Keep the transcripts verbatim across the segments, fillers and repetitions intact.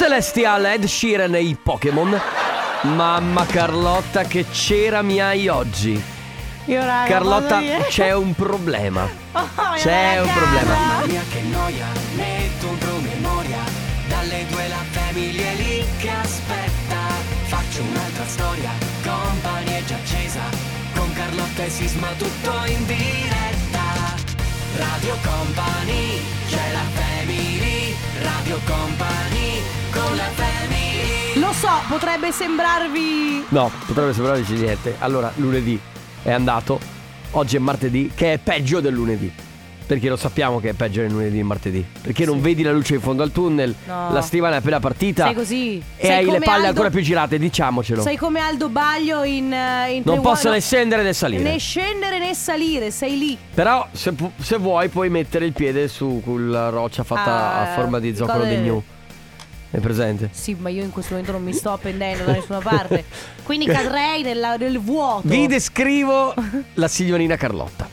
Celestial, Ed Sheeran e i Pokémon. Mamma Carlotta, che cera mi hai oggi. Io raga, Carlotta, c'è un problema. Oh, c'è un problema. Mamma mia che noia, metto un promemoria. Dalle due la famiglia è lì che aspetta. Faccio un'altra storia, Company è già accesa. Con Carlotta e Sisma tutto in diretta. Radio Company, c'è la family. Radio Company, con la family. Lo so, potrebbe sembrarvi... No, potrebbe sembrarci niente. Allora, lunedì è andato. Oggi è martedì, che è peggio del lunedì. Perché lo sappiamo che è peggio del lunedì e martedì. Perché non vedi la luce in fondo al tunnel. No. La settimana è appena partita. Sei così. E Sei hai le come palle Aldo- ancora più girate, diciamocelo. Sei come Aldo Baglio in, in Non tre posso uo- né scendere né salire. Né scendere né salire, sei lì. Però se, pu- se vuoi puoi mettere il piede su quella roccia fatta Ah, a forma di zoccolo cose- di gnu. È presente? Sì, ma io in questo momento non mi sto appendendo da nessuna parte. Quindi cadrei nella- nel vuoto. Vi descrivo la signorina Carlotta.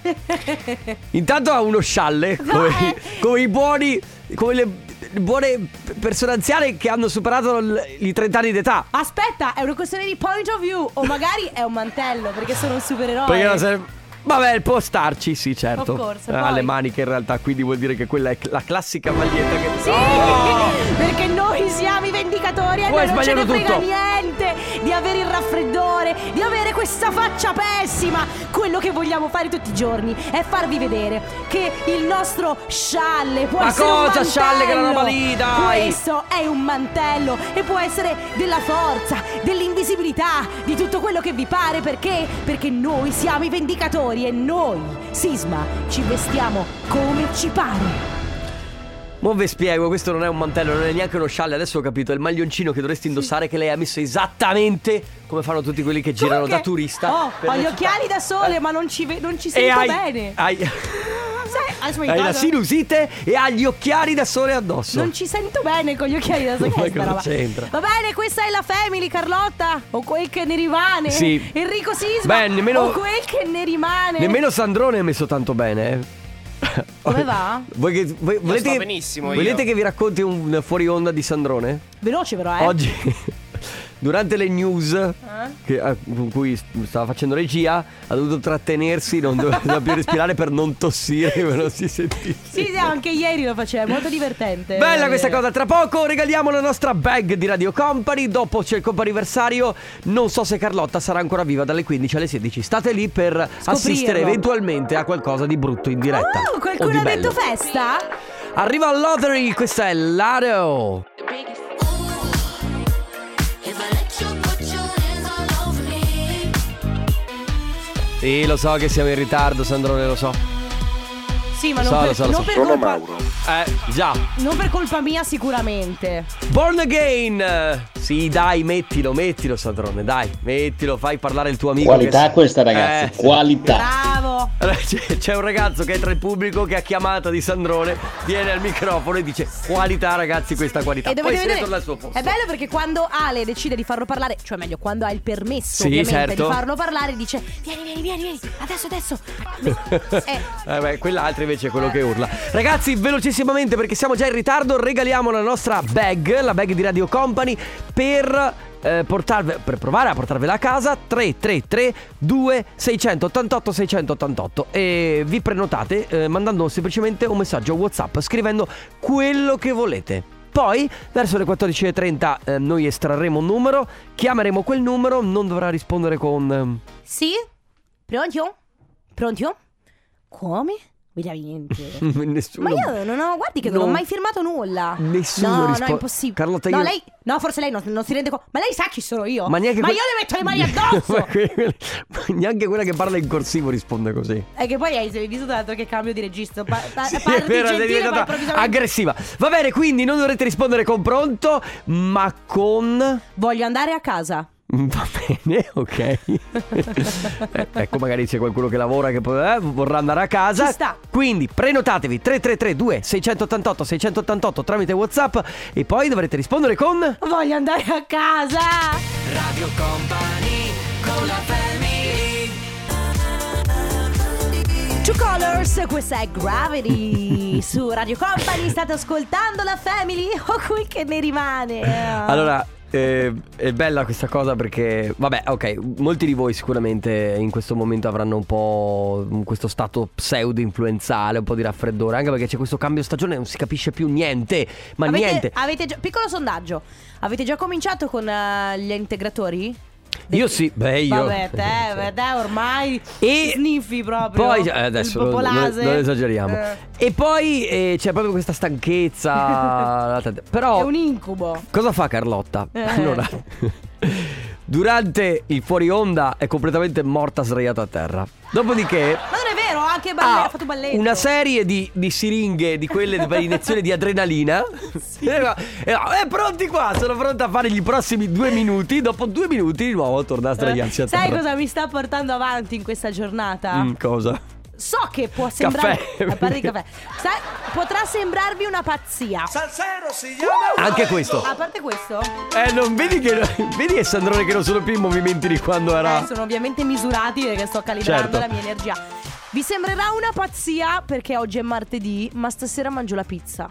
Intanto ha uno scialle come, eh. come i buoni, come le, le buone persone anziane che hanno superato l- i trenta anni d'età. Aspetta, è una questione di point of view. O magari è un mantello, perché sono un supereroe. Perché non serve- Vabbè, può starci, sì, certo. Of course, Ha poi. le maniche in realtà, quindi vuol dire che quella è la classica maglietta che... Sì, perché noi siamo i vendicatori e Tu hai noi non ce ne sbagliato frega tutto. niente di avere il raffreddore, di avere questa faccia pessima. Quello che vogliamo fare tutti i giorni è farvi vedere che il nostro scialle può Ma essere un cosa mantello. scialle, che è una roba lì, dai. Questo è un mantello e può essere della forza, dell'invisibilità, di tutto quello che vi pare. Perché? Perché noi siamo i vendicatori e noi, Sisma, ci vestiamo come ci pare. Mo vi spiego, questo non è un mantello, non è neanche uno scialle. Adesso ho capito, è il maglioncino che dovresti indossare, che lei ha messo esattamente come fanno tutti quelli che girano Comunque- da turista. Oh, per ho le gli città. occhiali da sole, Eh. ma non ci, ve- non ci E sento hai, bene. hai, Sai, adesso mi hai la ricordo- sinusite e hai gli occhiali da sole addosso. Non ci sento bene con gli occhiali da sole. Ma Che è sta cosa roba? c'entra? Va bene, questa è la family, Carlotta. O quel che ne rimane. Sì. Enrico Sisma. Beh, nemmeno- O quel che ne rimane. Nemmeno Sandrone è messo tanto bene, eh. Come va? Voi che, voi, volete, sto benissimo io. volete che vi racconti un fuori onda di Sandrone? Veloce però, eh. Oggi, durante le news che, eh, con cui stava facendo regia, ha dovuto trattenersi, non doveva più respirare per non tossire, per non si sentisse. Sì, sì, anche ieri lo faceva, è molto divertente. Bella Eh, questa cosa. Tra poco regaliamo la nostra bag di Radio Company. Dopo c'è il comp'anniversario. Non so se Carlotta sarà ancora viva dalle quindici alle sedici. State lì per assistere eventualmente a qualcosa di brutto in diretta. Oh, o qualcuno di ha bello. detto festa? Arriva Lottery, questa è Lado. Sì, lo so che siamo in ritardo, Sandrone, lo so. Sì, ma Lo non, so, per, lo so, lo non so. per Sono colpa Mauro. Eh, già. non per colpa mia sicuramente. Born Again. Sì, dai, mettilo, mettilo, Sandrone, dai, mettilo, fai parlare il tuo amico. Qualità che... questa, ragazzi, Eh, qualità. Bravo. Allora, c'è, c'è un ragazzo che è tra il pubblico che ha chiamata di Sandrone, viene al microfono e dice: qualità, ragazzi, questa qualità. E Poi dovete se ne vedere, torna al suo posto. è bello perché quando Ale decide di farlo parlare, cioè meglio quando ha il permesso Sì, ovviamente certo. di farlo parlare, dice vieni vieni vieni vieni adesso adesso. eh, Eh beh, quell'altro invece è quello che urla. Ragazzi, velocissimamente perché siamo già in ritardo, regaliamo la nostra bag, la bag di Radio Company, per eh, portarve, per provare a portarvela a casa. Tre tre tre due sei otto otto sei otto otto. E vi prenotate eh, mandando semplicemente un messaggio WhatsApp, scrivendo quello che volete. Poi verso le quattordici e trenta eh, noi estrarremo un numero, chiameremo quel numero, non dovrà rispondere con ehm, sì? Pronto? Pronto? Come? Veramente? nessuno. Ma io non ho, guardi che non No. ho mai firmato nulla. Nessuno No, no, risponde. è impossibile. Carlotta, no, io- lei, no, forse lei non, non si rende conto. Ma lei sa chi sono io. Ma neanche Ma que- io le metto le mani addosso. Ma que- ma neanche quella che parla in corsivo risponde così. È che poi hai visto tanto che cambio di registro. Pa- pa- Sì, parli è vero, è gentile, ma diventata improvvisamente aggressiva. Va bene, quindi non dovrete rispondere con pronto, ma con... voglio andare a casa. Va bene, ok. Eh, ecco, magari c'è qualcuno che lavora che eh, vorrà andare a casa. Ci sta. Quindi prenotatevi tre tre tre due sei otto otto sei otto otto tramite WhatsApp e poi dovrete rispondere con... Voglio andare a casa. Radio Company, con la family. Two Colors, questa è Gravity. Su Radio Company state ascoltando la Family. Oh, quel che ne rimane. Allora, eh, è bella questa cosa perché, vabbè, ok, molti di voi sicuramente in questo momento avranno un po' questo stato pseudo-influenzale, un po' di raffreddore, anche perché c'è questo cambio stagione, non si capisce più niente, ma avete, niente. Avete già, piccolo sondaggio, avete già cominciato con uh, gli integratori? Io sì, beh io Vabbè, te, te ormai e sniffi proprio. Poi eh, adesso il non, non, popolase. non esageriamo. Eh. E poi eh, c'è proprio questa stanchezza. Però è un incubo. cosa fa Carlotta? Eh. Allora, durante il fuori onda è completamente morta sdraiata a terra. Dopodiché Ma non è vero, ha anche balle- ha ha fatto balletto. una serie di, di siringhe, di quelle per iniezione di adrenalina. Sì. E va- e va, "Eh, pronti qua, sono pronta a fare i prossimi due minuti. Dopo due minuti di nuovo torna a sdraiarsi a terra. Sai cosa mi sta portando avanti in questa giornata? Mm, cosa? So che può sembrare Caffè. a parte il caffè. Sai, potrà sembrarvi una pazzia. Anche questo. A parte questo, Eh, non vedi che. Vedi che Sandrone che non sono più i movimenti di quando era. eh, sono ovviamente misurati perché sto calibrando Certo. la mia energia. Vi sembrerà una pazzia perché oggi è martedì, ma stasera mangio la pizza.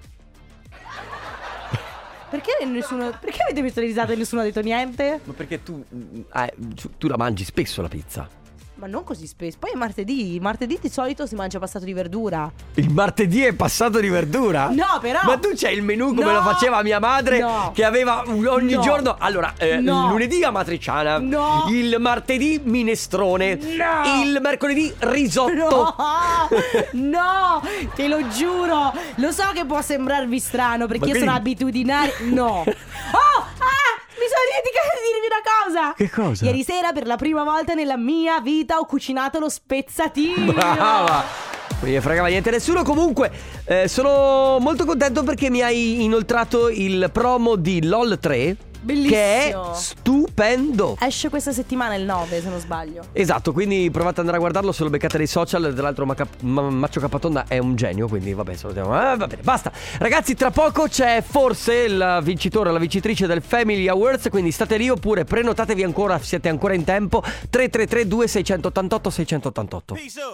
Perché nessuno. Perché avete messo le risate e nessuno ha detto niente? Ma perché tu. eh, tu la mangi spesso la pizza? Ma non così spesso. Poi è martedì. Martedì di solito si mangia passato di verdura. Il martedì è passato di verdura? No, però. Ma tu c'hai il menù come No. lo faceva mia madre, No. che aveva un- ogni No. giorno. Allora, eh, No. il lunedì amatriciana. No. Il martedì minestrone. No. Il mercoledì risotto. No, no, te lo giuro. Lo so che può sembrarvi strano perché Ma io quindi- sono abitudinaria. No. Oh, ah, mi sono dimenticata di dirvi una cosa. Che cosa? Ieri sera per la prima volta nella mia vita ho cucinato lo spezzatino. Brava. Non gli fregava niente a nessuno. Comunque eh, sono molto contento perché mi hai inoltrato il promo di LOL tre. Bellissimo. Che è stupendo. Esce questa settimana il nove se non sbaglio. Esatto, quindi provate ad andare a guardarlo se lo beccate nei social. Tra l'altro Maca- Ma- Maccio Capatonda è un genio, quindi vabbè, salutiamo. Eh, va bene, basta. Ragazzi, tra poco c'è forse il vincitore o la vincitrice del Family Awards, quindi state lì oppure prenotatevi ancora, siete ancora in tempo. Tre tre tre due sei otto otto sei otto otto.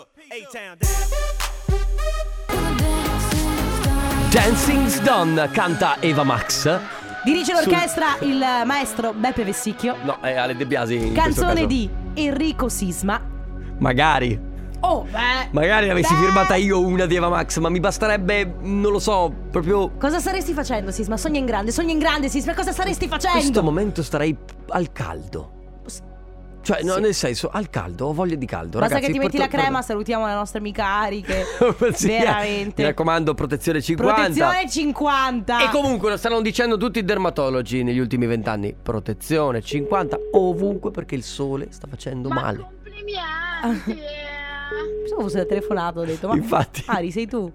Dancing's Done canta Eva Max. Dirige l'orchestra il maestro Beppe Vessicchio. No, è Ale De Biasi in questo Canzone caso. di Enrico Sisma. Magari Oh, beh. Magari l'avessi Beh. firmata io una di Eva Max, ma mi basterebbe, non lo so, proprio. Cosa saresti facendo, Sisma? Sogna in grande, sogna in grande, Sisma. Cosa saresti In facendo? questo momento starei al caldo. Cioè, no, Sì. nel senso, al caldo, ho voglia di caldo. Basta Ragazzi, che ti metti porto- la crema, salutiamo la nostra amica Ari che Sì, eh. veramente. Mi raccomando, protezione cinquanta. Protezione cinquanta. E comunque lo stanno dicendo tutti i dermatologi negli ultimi vent'anni. Protezione cinquanta ovunque perché il sole sta facendo male. Complimenti. Pensavo fosse da telefonato, ho detto. Ma Infatti. Ari, sei tu.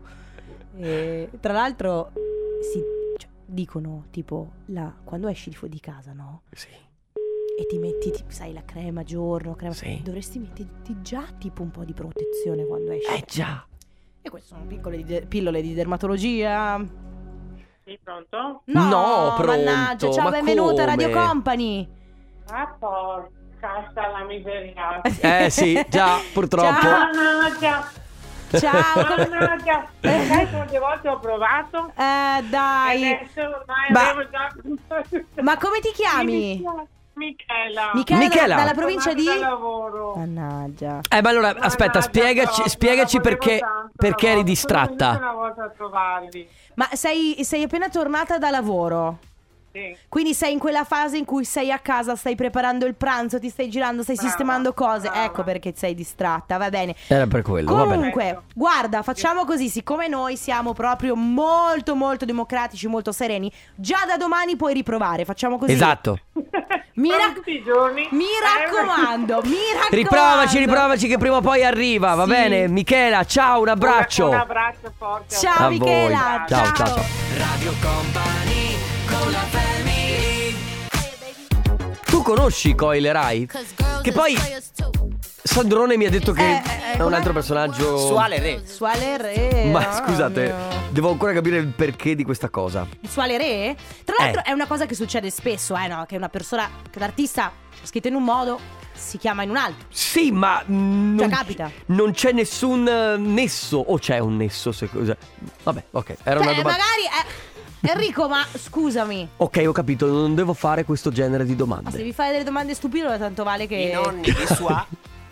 E, tra l'altro si, cioè, dicono tipo la, quando esci di fuori di casa, no? Sì. E ti metti, tipo, sai, la crema giorno, crema. Sì. Dovresti metterti già tipo un po' di protezione quando esci. Eh già. E queste sono piccole di de- pillole di dermatologia. Sì, pronto? No, No, pronto, mannaggia, ciao, ma benvenuta a Radio come? Company. Ah, porca sta la miseria. Eh sì, già, purtroppo. Ciao. Mannaggia, Ciao. come- mannaggia. Sai quante volte ho provato? Eh, dai. E adesso ormai Ma- avevo già... Ma come ti chiami? Michela. Michela, Michela. dalla provincia di... Tornata da lavoro. Mannaggia. Eh, ma allora, aspetta, Mannaggia, spiegaci, però, spiegaci la volevo perché, tanto, perché la eri volevo- sono venuta distratta. una volta a trovarli. Ma sei, sei appena tornata da lavoro? Sì. Quindi sei in quella fase in cui sei a casa, stai preparando il pranzo, ti stai girando, stai Brava, sistemando cose. brava. Ecco perché sei distratta, va bene. Era per quello, va bene. Comunque, guarda, facciamo così, siccome noi siamo proprio molto molto democratici, molto sereni, già da domani puoi riprovare, facciamo così. Esatto. Mi, Non rac- tutti i giorni. mi raccomando, mi raccomando. Riprovaci, riprovaci che prima o poi arriva, va Sì. bene? Michela, ciao, un abbraccio. Un abbraccio forte. a Ciao A voi. Michela, voi. Ciao, ciao. ciao, ciao. Radio Company con la family. Tu conosci Coil Rai? Che poi Sandrone mi ha detto che Eh, eh, è un com'è? altro personaggio. Suale Re. Suale Re. Ma ah, scusate, mio. devo ancora capire il perché di questa cosa. Suale Re? Tra l'altro Eh. è una cosa che succede spesso, eh, no? Che una persona, che l'artista è scritto in un modo, si chiama in un altro. Sì, ma mm, Cioè, non, capita. non c'è nessun eh, nesso. O c'è un nesso? Se, cosa- Vabbè, ok, era una Cioè, domanda. magari eh, Enrico, ma scusami, Ok, ho capito, non devo fare questo genere di ma se domande. devi fare delle domande stupide, tanto vale che I nonni di Sua.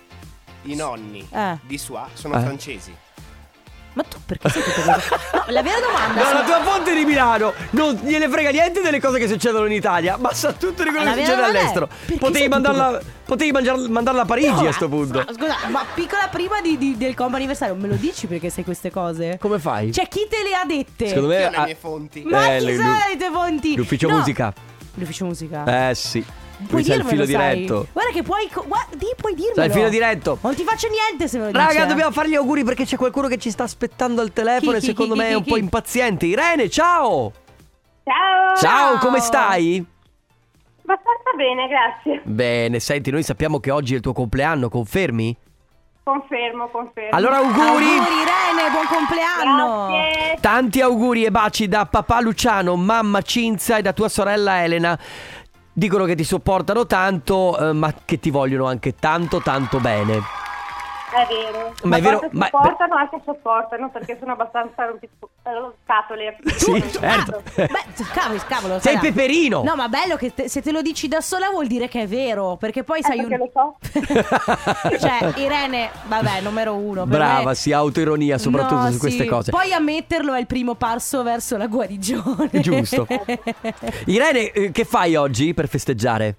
I nonni Eh. di Sua sono Eh. francesi. Ma tu perché sei tutto questo? No, la vera domanda No, la sono- tua fonte di Milano non gliene frega niente delle cose che succedono in Italia, ma sa tutto di quello La che vera succede domanda è, all'estero. perché Potevi sei tutto- mandarla, potevi mangiar- mandarla a Parigi No, a sto punto. ma- Scusa, ma piccola prima di, di- del compo anniversario, me lo dici perché sai queste cose? Come fai? Cioè, chi te le ha dette? Secondo me Io ho le ah, mie fonti. Ma Eh, chi le- sono le tue fonti? l'ufficio No. musica. L'ufficio musica? Eh sì. Puoi Qui c'è il dirmelo, filo sai? diretto. Guarda che puoi co- guarda, di, puoi dirmelo. Sai il filo diretto. Non ti faccio niente se me lo Raga, dici, eh. dobbiamo fare gli auguri perché c'è qualcuno che ci sta aspettando al telefono Chi, e chi, secondo chi, me chi, è un chi? po' impaziente. Irene, ciao! Ciao! Ciao, come stai? Abbastanza bene, grazie. Bene, senti, noi sappiamo che oggi è il tuo compleanno, confermi? Confermo, confermo. Allora auguri! Auguri Irene, buon compleanno. Grazie. Tanti auguri e baci da papà Luciano, mamma Cinzia e da tua sorella Elena. Dicono che ti sopportano tanto, eh, ma che ti vogliono anche tanto tanto bene. È vero. Ma è vero, forse ma- sopportano, anche sopportano, perché sono abbastanza rompiscatole. Sì, certo. Ah, beh, cavolo, cavolo. Sei sarà. peperino. No, ma bello che te- se te lo dici da sola vuol dire che è vero. Perché poi sai Eh, perché un... lo so. Cioè, Irene, vabbè, numero uno. per Brava, me- sì, autoironia soprattutto No, su queste sì. cose. Poi ammetterlo è il primo passo verso la guarigione. Giusto. Irene, eh, che fai oggi per festeggiare?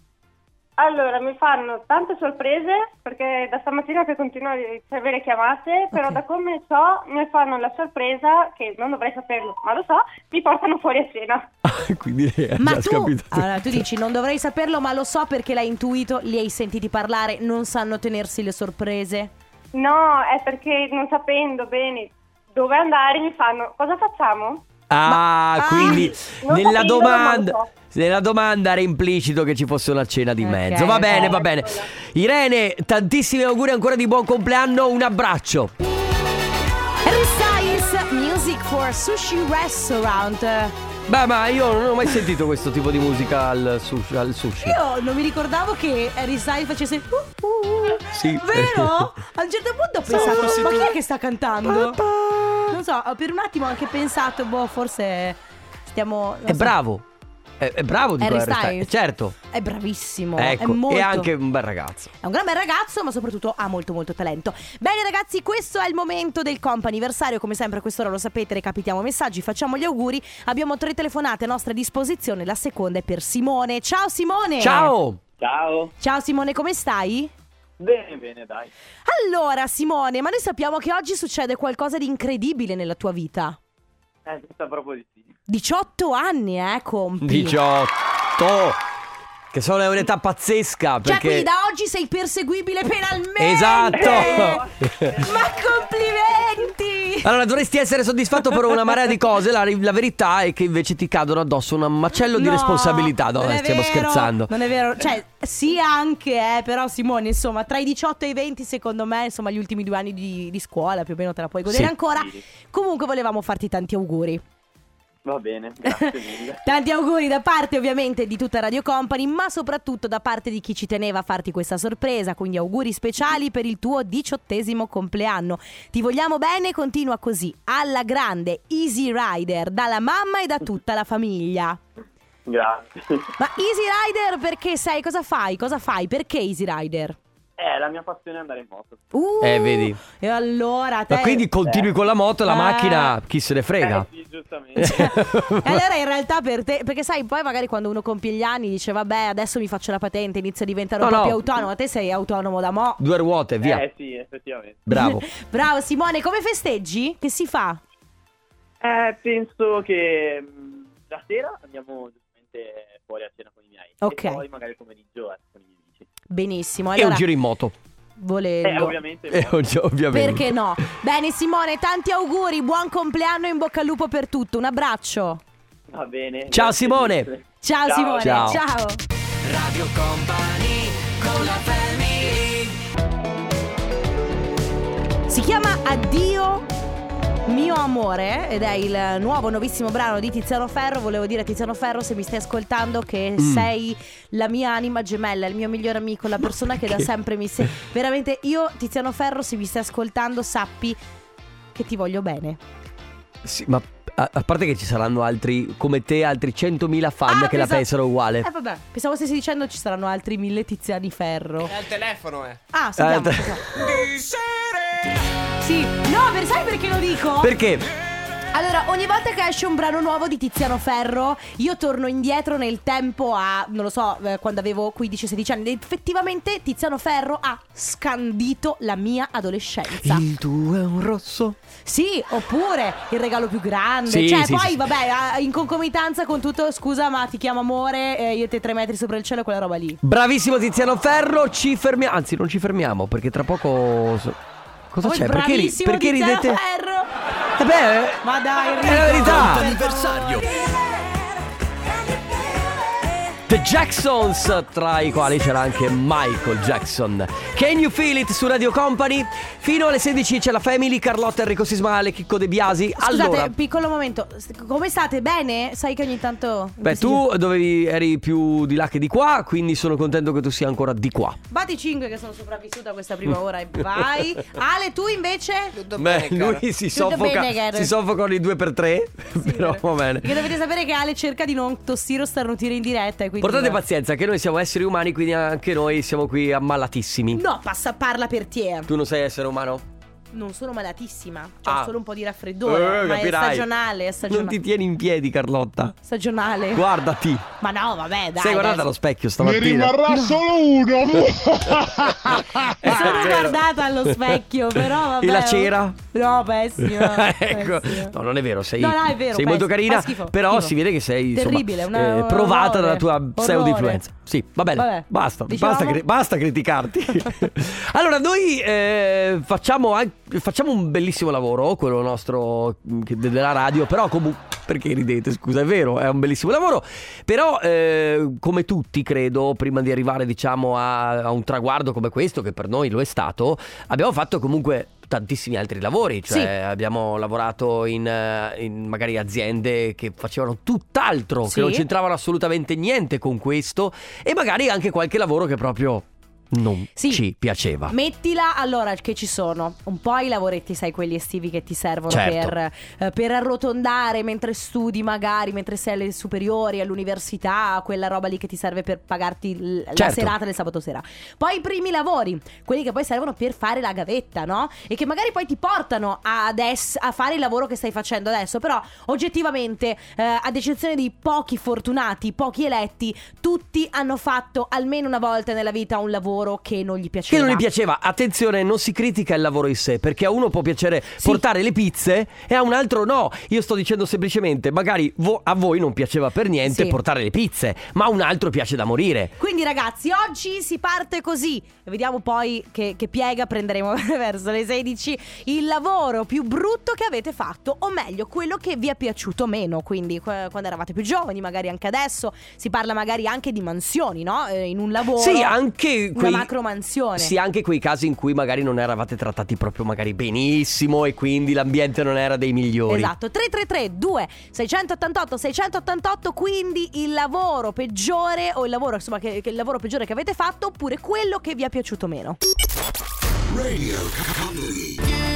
Allora, mi fanno tante sorprese, perché da stamattina che continuo a ricevere chiamate, però Ok. da come so, mi fanno la sorpresa, che non dovrei saperlo, ma lo so, mi portano fuori a cena. Quindi eh, Ma già tu, scapito. allora, tu dici non dovrei saperlo, ma lo so perché l'hai intuito, li hai sentiti parlare, non sanno tenersi le sorprese. No, è perché non sapendo bene dove andare mi fanno, cosa facciamo? Ah, Ma- quindi Ah, non nella capendo, ma domanda lo nella domanda era implicito che ci fosse una cena di Ok, mezzo. Va bene, ok. va bene. Irene, tantissimi auguri ancora di buon compleanno, un abbraccio. Harry Styles, Music for Sushi Restaurant. Beh, ma io non ho mai sentito questo tipo di musica al sushi. Al sushi. Io non mi ricordavo che Harry Styles facesse uh, uh, Sì. vero? A un certo punto ho pensato, fossi ma tu. chi è che sta cantando? Non so, per un attimo ho anche pensato, boh, forse stiamo... non È so. bravo. È, è bravo di Harry Harry Styles. Styles? Certo. È bravissimo, è Ecco, molto... e anche un bel ragazzo. È un gran bel ragazzo, ma soprattutto ha molto molto talento. Bene ragazzi, questo è il momento del comp anniversario. Come sempre a quest'ora lo sapete, recapitiamo messaggi, facciamo gli auguri. Abbiamo tre telefonate a nostra disposizione. La seconda è per Simone. Ciao Simone. Ciao. Ciao, Ciao Simone, come stai? bene bene dai. Allora Simone, ma noi sappiamo che oggi succede qualcosa di incredibile nella tua vita. Eh, questa proprio di sì. diciotto anni, eh, compi. diciotto. Che sono un'età pazzesca Cioè, perché quindi da oggi sei perseguibile penalmente. Esatto. Ma complimenti. Allora dovresti essere soddisfatto per una marea di cose. La, la verità è che invece ti cadono addosso un macello di No, responsabilità. No, non eh, è stiamo vero, scherzando. Non è vero. Cioè, sì anche, eh, però Simone, insomma, tra i diciotto e i venti, secondo me, insomma, gli ultimi due anni di, di scuola, più o meno te la puoi godere Sì. ancora. Comunque volevamo farti tanti auguri. Va bene, grazie mille. Tanti auguri da parte ovviamente di tutta Radio Company, ma soprattutto da parte di chi ci teneva a farti questa sorpresa. Quindi auguri speciali per il tuo diciottesimo compleanno. Ti vogliamo bene, continua così, alla grande, Easy Rider, dalla mamma e da tutta la famiglia. Grazie. Ma Easy Rider perché sei? Cosa fai? Cosa fai? Perché Easy Rider? Eh, la mia passione è andare in moto. Uh, Eh, vedi. E allora te... Ma quindi continui con la moto e la Eh. macchina chi se ne frega. Eh sì, giustamente. E allora in realtà per te, perché sai, poi magari quando uno compie gli anni dice vabbè adesso mi faccio la patente, inizio a diventare un No, po' no. più autonomo. Te sei autonomo da mo'. Due ruote, via. Eh sì, effettivamente. Bravo. Bravo Simone, come festeggi? Che si fa? Eh, penso che mh, la sera andiamo giustamente fuori a cena con i miei. Ok. E poi magari il pomeriggio eh, con i miei amici. Benissimo, E allora un giro in moto. volendo. Eh, ovviamente. Eh, ov- ovviamente. Perché no? Bene Simone, tanti auguri, buon compleanno e in bocca al lupo per tutto. Un abbraccio. Va bene. Ciao, grazie Simone. mille. Ciao, Ciao, Simone, ciao. ciao. Radio Company con la family. Si chiama Addio mio amore ed è il nuovo nuovissimo brano di Tiziano Ferro. Volevo dire a Tiziano Ferro, se mi stai ascoltando, che Mm. sei la mia anima gemella, il mio migliore amico, la persona che da sempre mi sei. Veramente io, Tiziano Ferro, se mi stai ascoltando, sappi che ti voglio bene. Sì, ma a, a parte che ci saranno altri come te, altri centomila fan Ah, che la pensa- pensano uguale. Eh vabbè, pensavo stessi dicendo ci saranno altri mille Tiziani Ferro. È al telefono, eh. Ah, sentiamo, Eh, sentiamo. Sì, no, per, sai perché lo dico? Perché? Allora, ogni volta che esce un brano nuovo di Tiziano Ferro, io torno indietro nel tempo a, non lo so, eh, quando avevo quindici sedici anni. Ed effettivamente Tiziano Ferro ha scandito la mia adolescenza. Il tuo è un rosso. Sì, oppure Il regalo più grande. Sì, Cioè, sì, poi, sì. vabbè, a- in concomitanza con tutto, scusa, ma ti chiamo amore, eh, io e te tre metri sopra il cielo, quella roba lì. Bravissimo Tiziano Ferro, ci fermiamo. Anzi, non ci fermiamo perché tra poco so- cosa Poi c'è? Perché, ri- bravissimo perché Tiziano ridete? Ferro. Eh beh, Ma dai, è la verità. Anniversario. The Jacksons, tra i quali c'era anche Michael Jackson. Can You Feel It su Radio Company? Fino alle sedici c'è la Family, Carlotta, Enrico Sismale, Chicco De Biasi. Scusate, Allora, piccolo momento. Come state? Bene? Sai che ogni tanto... beh, tu dovevi, eri più di là che di qua, quindi sono contento che tu sia ancora di qua. Batti cinque che sono sopravvissuta a questa prima ora e vai. Ale, tu invece? Tutto Beh, bene, cara. lui si Tutto soffoca, bene, caro. si soffoca ogni due per tre, però va bene. Perché dovete sapere che Ale cerca di non tossire o starnutire in diretta e quindi... Portate va. pazienza, che noi siamo esseri umani, quindi anche noi siamo qui ammalatissimi. No, passa, parla per te. Tu non sei essere umano? Non sono malatissima. Ho Ah. solo un po' di raffreddore. Eh, ma è capirai. stagionale, è Non stagionale. ti tieni in piedi, Carlotta. Stagionale. Guardati. Ma no, vabbè, dai. Sei guardata dai. allo specchio Ne stamattina. rimarrà solo uno. Mi Eh, sono è vero. guardata allo specchio, però vabbè. E la cera? No, pessima. Ecco. pessima. No, non è vero, sei, No, no, è vero, sei molto pessimo. carina, Fa schifo, però schifo. si vede che sei insomma, Terribile, una- eh, un provata orrore. dalla tua Orrore. pseudo-influenza. Sì, va bene, Vabbè. basta, Dicevamo? basta, cri- basta criticarti. Allora, noi eh, facciamo, anche, facciamo un bellissimo lavoro, quello nostro mh, che- della radio, però comunque... Perché ridete, scusa, è vero, è un bellissimo lavoro. Però eh, come tutti credo, prima di arrivare diciamo a, a un traguardo come questo, che per noi lo è stato, abbiamo fatto comunque tantissimi altri lavori. Cioè Sì. abbiamo lavorato in, eh, in magari aziende che facevano tutt'altro, Sì. che non c'entravano assolutamente niente con questo, e magari anche qualche lavoro che proprio non Sì. ci piaceva. Mettila allora che ci sono un po' i lavoretti, sai, quelli estivi che ti servono Certo. per, eh, per arrotondare mentre studi, magari mentre sei alle superiori, all'università, quella roba lì che ti serve per pagarti l- la Certo. serata del sabato sera. Poi i primi lavori, quelli che poi servono per fare la gavetta, no? E che magari poi ti portano adesso a fare il lavoro che stai facendo adesso. Però oggettivamente, eh, ad eccezione di pochi fortunati, pochi eletti, tutti hanno fatto almeno una volta nella vita un lavoro che non gli piaceva. Che non gli piaceva. Attenzione, non si critica il lavoro in sé, perché a uno può piacere portare le pizze e a un altro no. Io sto dicendo semplicemente, magari vo- a voi non piaceva per niente Sì. portare le pizze, ma a un altro piace da morire. Quindi ragazzi, oggi si parte così. Vediamo poi che, che piega prenderemo verso le sedici. Il lavoro più brutto che avete fatto, o meglio, quello che vi è piaciuto meno. Quindi qu- quando eravate più giovani, magari anche adesso. Si parla magari anche di mansioni, no? Eh, in un lavoro. Sì, anche una quei macro mansione. Sì, anche quei casi in cui magari non eravate trattati proprio magari benissimo e quindi l'ambiente non era dei migliori. Esatto, tre tre tre due sei otto otto sei otto otto. Quindi il lavoro peggiore, o il lavoro insomma che, che il lavoro peggiore che avete fatto, oppure quello che vi è piaciuto meno. Radio Company.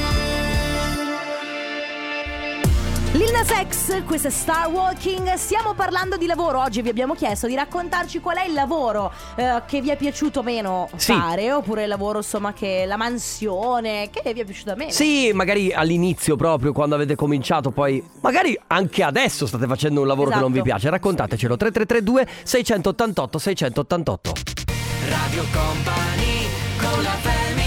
Lil Nas X, questo è Star Walking. Stiamo parlando di lavoro. Oggi vi abbiamo chiesto di raccontarci qual è il lavoro eh, che vi è piaciuto meno Sì. fare, oppure il lavoro insomma che la mansione che vi è piaciuta meno. Sì, magari all'inizio proprio quando avete cominciato, poi magari anche adesso state facendo un lavoro Esatto. che non vi piace. Raccontatecelo. Tre tre tre due sei otto otto sei otto otto. Radio Company con la family.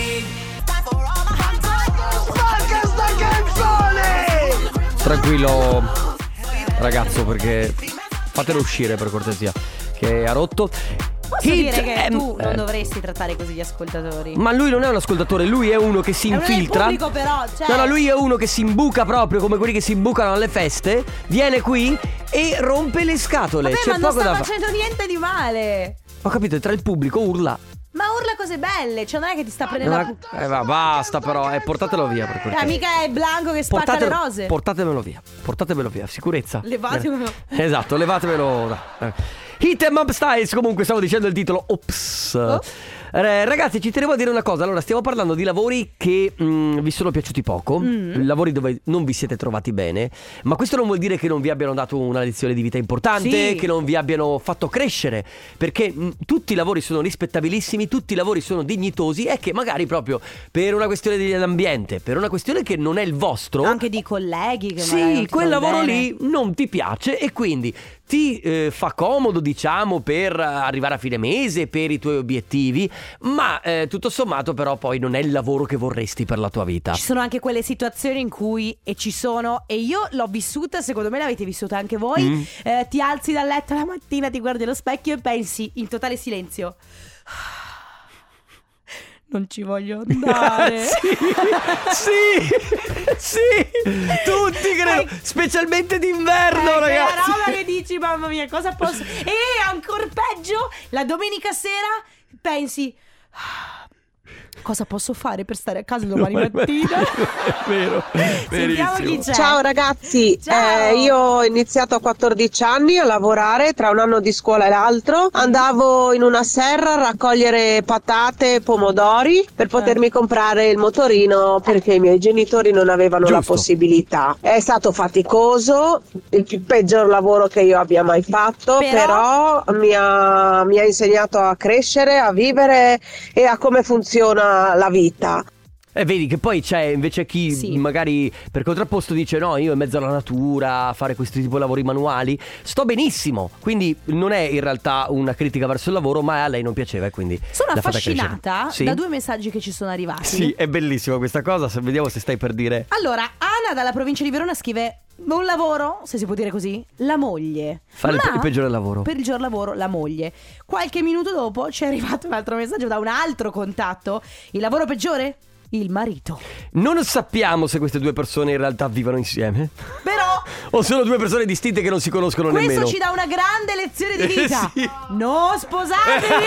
Tranquillo ragazzo, perché fatelo uscire per cortesia, che ha rotto. Posso Hit dire che M- tu non eh, dovresti trattare così gli ascoltatori. Ma lui non è un ascoltatore, lui è uno che si È uno del infiltra. pubblico, però, cioè- No, no, lui è uno che si imbuca proprio come quelli che si imbucano alle feste. Viene qui e rompe le scatole. Vabbè, C'è ma non poco sta da fa- facendo niente di male. Ho capito, è tra il pubblico urla. Ma urla cose belle, cioè non è che ti sta prendendo Non la... è- eh, va, basta però, eh, portatelo via per Eh, cortesia. mica è Blanco che spacca Portate- le rose. Portatemelo via, portatemelo via, sicurezza. Levatemelo. Eh, Esatto, levatemelo. dai. Hit 'em Up Styles, comunque stavo dicendo il titolo. Ops. Oh. Eh, ragazzi, ci tenevo a dire una cosa. Allora, stiamo parlando di lavori che mh, vi sono piaciuti poco, Mm. lavori dove non vi siete trovati bene, ma questo non vuol dire che non vi abbiano dato una lezione di vita importante, Sì. che non vi abbiano fatto crescere, perché mh, tutti i lavori sono rispettabilissimi, tutti i lavori sono dignitosi, e che magari proprio per una questione dell'ambiente, per una questione che non è il vostro, Anche di colleghi che magari non sì, ti quel trovi lavoro bene. lì non ti piace e quindi ti eh, fa comodo, diciamo, per arrivare a fine mese, per i tuoi obiettivi, ma eh, tutto sommato però poi non è il lavoro che vorresti per la tua vita. Ci sono anche quelle situazioni in cui, e ci sono, e io l'ho vissuta, secondo me l'avete vissuta anche voi, Mm. eh, ti alzi dal letto la mattina, ti guardi allo specchio e pensi in totale silenzio: non ci voglio andare. Sì, sì, tutti credo, Ecco. specialmente d'inverno, Eh, ragazzi. quella roba che dici, mamma mia, cosa posso... E ancora peggio, la domenica sera pensi: "Ah, cosa posso fare per stare a casa domani mattina?" È vero, Sentiamo chi verissimo. c'è. Ciao ragazzi, Ciao. Eh, io ho iniziato a quattordici anni a lavorare tra un anno di scuola e l'altro. Andavo in una serra a raccogliere patate e pomodori per potermi comprare il motorino perché i miei genitori non avevano la Giusto. possibilità. È stato faticoso, il più peggior lavoro che io abbia mai fatto, Però- però, mi, ha, mi ha insegnato a crescere, a vivere e a come funziona la vita. E vedi che poi c'è invece chi Sì. magari per contrapposto dice: no, io in mezzo alla natura a fare questi tipo di lavori manuali sto benissimo. Quindi non è in realtà una critica verso il lavoro, ma a lei non piaceva e quindi Sono l'ha fatta affascinata crescere. Sì? da due messaggi che ci sono arrivati. Sì, è bellissima questa cosa. Se vediamo se stai per dire. Allora, Ana dalla provincia di Verona scrive: un lavoro, se si può dire così, la moglie. Fare il Ma pe- il peggiore lavoro. Per il giorno lavoro, la moglie. Qualche minuto dopo ci è arrivato un altro messaggio da un altro contatto. Il lavoro peggiore? Il marito. Non sappiamo se queste due persone in realtà vivono insieme Però o sono due persone distinte che non si conoscono questo nemmeno. ci dà una grande lezione di vita. Sì. Non sposatevi.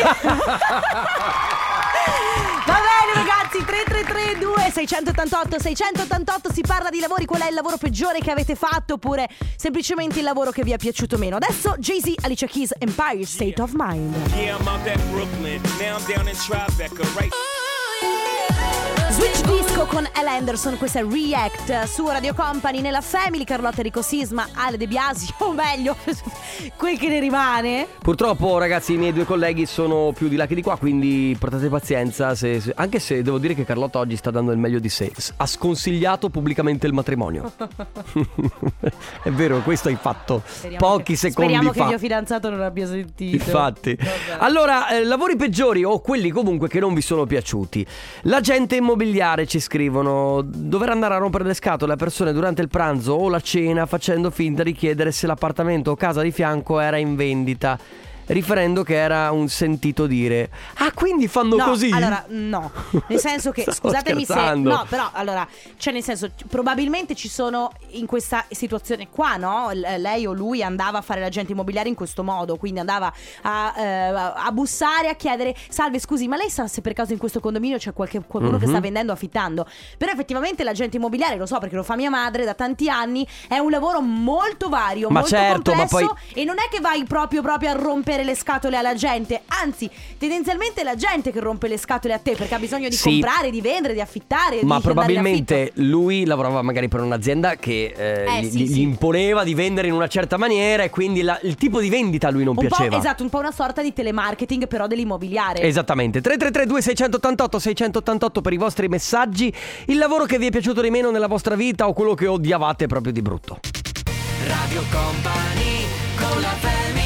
Va bene ragazzi, tre tre tre due sei otto otto sei otto otto, si parla di lavori. Qual è il lavoro peggiore che avete fatto, oppure semplicemente il lavoro che vi è piaciuto meno? Adesso Jay-Z, Alicia Keys, Empire State of Mind. Yeah, I'm out at Brooklyn. Now I'm down in Tribeca, right? Switch Disco con Al Anderson, questa è React su Radio Company nella Family. Carlotta Enrico Sisma, Ale De Biasi, o meglio quel che ne rimane. Purtroppo ragazzi i miei due colleghi sono più di là che di qua, quindi portate pazienza se, se- anche se devo dire che Carlotta oggi sta dando il meglio di sé. S- Ha sconsigliato pubblicamente il matrimonio. È vero, questo hai fatto Speriamo pochi che- secondi Speriamo fa. che mio fidanzato non abbia sentito. Infatti. Vabbè. Allora, eh, lavori peggiori o quelli comunque che non vi sono piaciuti. L'agente immobiliare, ci scrivono: dover andare a rompere le scatole a persone durante il pranzo o la cena facendo finta di chiedere se l'appartamento o casa di fianco era in vendita, riferendo che era un sentito dire. Ah, quindi fanno No, così? allora no, nel senso che Stavo scusatemi scherzando. se no, però allora, cioè nel senso probabilmente ci sono in questa situazione qua, no? L- lei o lui andava a fare l'agente immobiliare in questo modo, quindi andava a, eh, a bussare, a chiedere: salve, scusi, ma lei sa se per caso in questo condominio c'è qualche, qualcuno che Mhm. sta vendendo o affittando? Però effettivamente l'agente immobiliare, lo so perché lo fa mia madre da tanti anni, è un lavoro molto vario, Ma molto certo, ma complesso, poi- e non è che vai proprio proprio a rompere le scatole alla gente, anzi tendenzialmente è la gente che rompe le scatole a te perché ha bisogno di Sì. comprare, di vendere, di affittare, Ma di andare in probabilmente affitto. lui lavorava magari per un'azienda che eh, Eh, gli, sì, gli sì. imponeva di vendere in una certa maniera e quindi la- il tipo di vendita a lui non un piaceva. po', esatto, un po' una sorta di telemarketing però dell'immobiliare. Esattamente. Tre tre tre due sei otto otto sei otto otto per i vostri messaggi. Il lavoro che vi è piaciuto di meno nella vostra vita o quello che odiavate proprio di brutto. Radio Company con la family.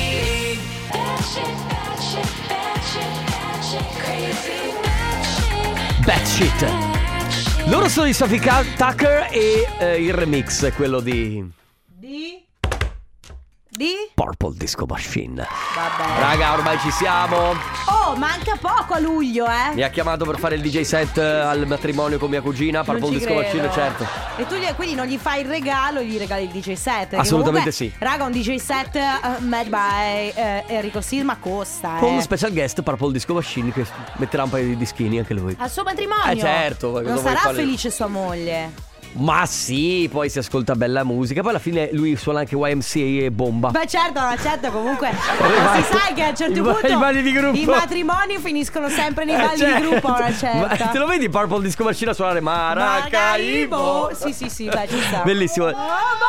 Bad shit. Loro sono i Sophie Ka- Tucker e eh, il remix è quello di Di Di? Purple Disco Machine. Vabbè. Raga, ormai ci siamo. Oh, manca poco a luglio, eh. Mi ha chiamato per fare il D J set al matrimonio con mia cugina. Purple Non ci Disco credo. Machine, certo. E tu gli, quindi non gli fai il regalo, gli regali il D J set. Perché Assolutamente comunque, sì. Raga, un D J set uh, made by uh, Enrico Sisma costa, Con eh. un special guest Purple Disco Machine che metterà un paio di dischini anche lui. Al suo matrimonio. Eh, certo, ma cosa Non vuoi sarà fare? felice sua moglie. Ma sì, poi si ascolta bella musica. Poi alla fine lui suona anche Y M C A e bomba. Beh certo, no, certo, comunque vai. si sa che a un certo I- punto i balli di gruppo. i matrimoni finiscono sempre nei balli Eh, certo. di gruppo a una certa. Ma te lo vedi Purple Disco Machine a suonare Maracaibo? Sì, sì, sì, beh, ci sta. Bellissimo. Oh,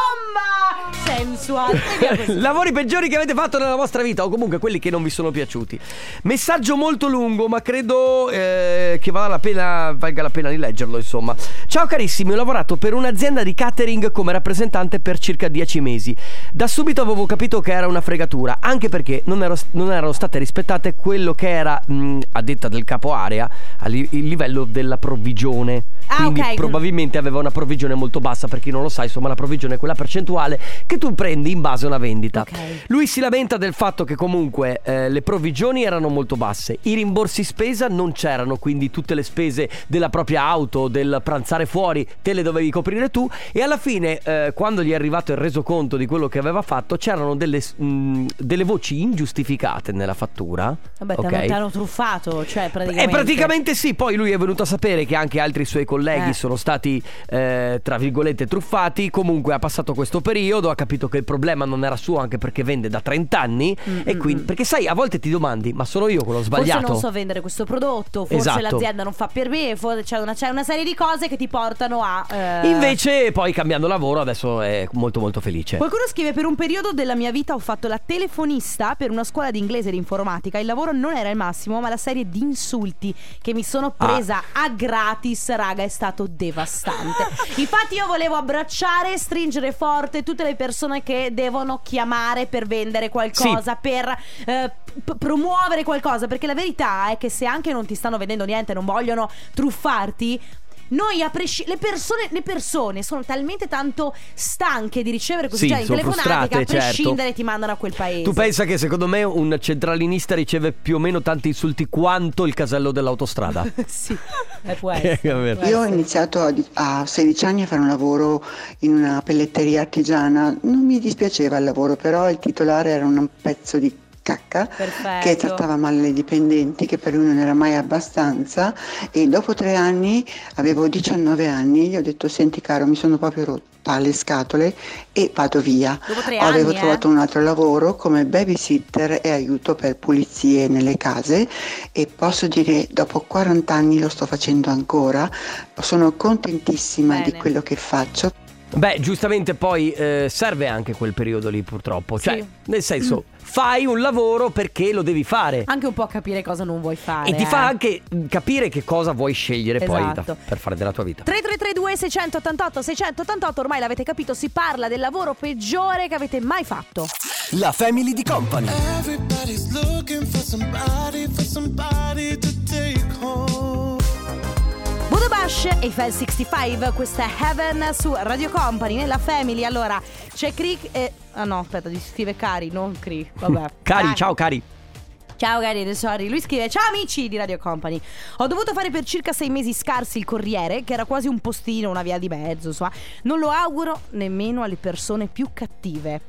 bomba! Sensuale. E via così. Lavori peggiori che avete fatto nella vostra vita, o comunque quelli che non vi sono piaciuti. Messaggio molto lungo, ma credo eh, che valga la pena, valga la pena di leggerlo, insomma. Ciao carissimi, ho lavorato per un'azienda di catering come rappresentante per circa dieci mesi. Da subito avevo capito che era una fregatura, anche perché non, ero, non erano state rispettate quello che era, mh, a detta del capo area, il livello della provvigione. Ah, Quindi ok. probabilmente aveva una provvigione molto bassa. Per chi non lo sa, insomma, la provvigione è quella percentuale che tu prendi in base a una vendita. Ok. Lui si lamenta del fatto che comunque eh, le provvigioni erano molto basse, i rimborsi spesa non c'erano, quindi tutte le spese della propria auto, del pranzare fuori, te le dovevi coprire tu. E alla fine eh, quando gli è arrivato il resoconto di quello che aveva fatto, c'erano delle, mh, delle voci ingiustificate nella fattura. Vabbè, ok? ti hanno- ti hanno truffato, cioè praticamente. E praticamente sì, poi lui è venuto a sapere che anche altri suoi colleghi Eh. sono stati eh, tra virgolette truffati. Comunque ha passato questo periodo, ha capito che il problema non era suo, anche perché vende da trenta anni. Mm, E mm, quindi, mm. perché sai, a volte ti domandi, ma sono io quello sbagliato? Forse non so vendere questo prodotto, forse Esatto. l'azienda non fa per me, forse c'è una, c'è una serie di cose che ti portano a eh, Invece poi cambiando lavoro adesso è molto molto felice. Qualcuno scrive: per un periodo della mia vita ho fatto la telefonista per una scuola di inglese e di informatica. Il lavoro non era il massimo, ma la serie di insulti che mi sono presa a gratis, raga, è stato devastante. Infatti io volevo abbracciare e stringere forte tutte le persone che devono chiamare per vendere qualcosa, per eh, p- promuovere qualcosa, perché la verità è che se anche non ti stanno vendendo niente, non vogliono truffarti, noi a presci- le persone le persone sono talmente tanto stanche di ricevere così Sì, già in sono telefonate che a frustrate, prescindere certo. ti mandano a quel paese. Tu pensa che secondo me un centralinista riceve più o meno tanti insulti quanto il casello dell'autostrada? Sì, eh, può Che essere. è vero. Può Io ho essere. iniziato a, di- a sedici anni a fare un lavoro in una pelletteria artigiana. Non mi dispiaceva il lavoro, però il titolare era un pezzo di cacca Perfetto. che trattava male le dipendenti, che per lui non era mai abbastanza, e dopo tre anni, avevo diciannove anni, gli ho detto: senti caro, mi sono proprio rotta le scatole e vado via. Dopo tre Avevo anni, trovato eh? un altro lavoro come babysitter e aiuto per pulizie nelle case, e posso dire dopo quaranta anni lo sto facendo ancora. Sono contentissima Bene. di quello che faccio. Beh, giustamente poi eh, serve anche quel periodo lì, purtroppo. Cioè, Sì. nel senso, fai un lavoro perché lo devi fare. Anche un po' capire cosa non vuoi fare. E ti eh. fa anche capire che cosa vuoi scegliere poi Esatto. da- per fare della tua vita. tre tre tre due sei otto otto sei otto otto, ormai l'avete capito, si parla del lavoro peggiore che avete mai fatto. La Family di Company. Everybody's looking for somebody, for somebody to take home. Voodoo Bash e Eiffel sessantacinque, questa è Heaven su Radio Company, nella Family. Allora, c'è Crick e... Ah no, aspetta, gli scrive Cari, non Crick, vabbè. Cari, Dai. ciao cari. Ciao cari, sorry. Lui scrive: ciao amici di Radio Company. Ho dovuto fare per circa sei mesi scarsi il Corriere, che era quasi un postino, una via di mezzo, insomma. Non lo auguro nemmeno alle persone più cattive.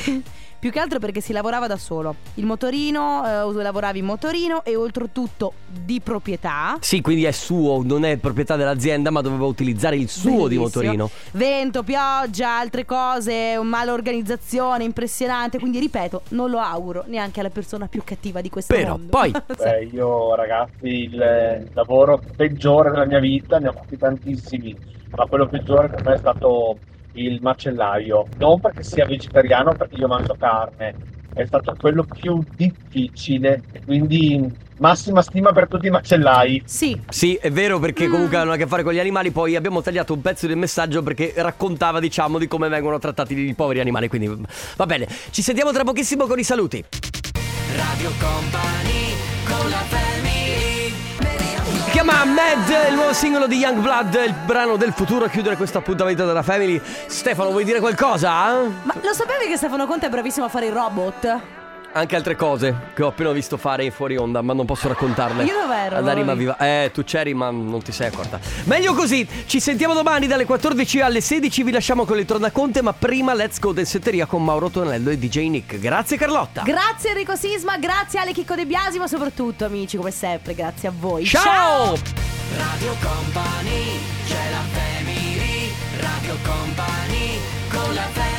Più che altro perché si lavorava da solo. Il motorino, eh, lavoravi in motorino e oltretutto di proprietà. Sì, quindi è suo, non è proprietà dell'azienda, ma doveva utilizzare il suo di Bellissimo. motorino. Vento, pioggia, altre cose, mala organizzazione, impressionante. Quindi ripeto, non lo auguro neanche alla persona più cattiva di questo Però, mondo. poi Beh, io ragazzi, il lavoro peggiore della mia vita, ne ho fatti tantissimi, ma quello peggiore per me è stato il macellaio. Non perché sia vegetariano, perché io mangio carne, è stato quello più difficile, quindi massima stima per tutti i macellai. Sì. Sì, è vero, perché comunque hanno a che fare con gli animali. Poi abbiamo tagliato un pezzo del messaggio perché raccontava, diciamo, di come vengono trattati i poveri animali. Quindi va bene, ci sentiamo tra pochissimo con i saluti. Radio Company con la Family. chiama Mad, il nuovo singolo di Youngblood, il brano del futuro a chiudere questo appuntamento della Family. Stefano, vuoi dire qualcosa? Ma lo sapevi che Stefano Conte è bravissimo a fare il robot? Anche altre cose che ho appena visto fare fuori onda, ma non posso raccontarle. Io dov'ero? Ad Anima Viva. Eh, tu c'eri ma non ti sei accorta. Meglio così, ci sentiamo domani dalle quattordici alle sedici. Vi lasciamo con il Tornaconte, ma prima let's go densetteria con Mauro Tonello e D J Nick. Grazie Carlotta. Grazie Enrico Sisma, grazie Ale Chicco De Biasi, ma soprattutto amici come sempre grazie a voi. Ciao, Ciao! Radio Company, c'è la Family, Radio Company, con la Family.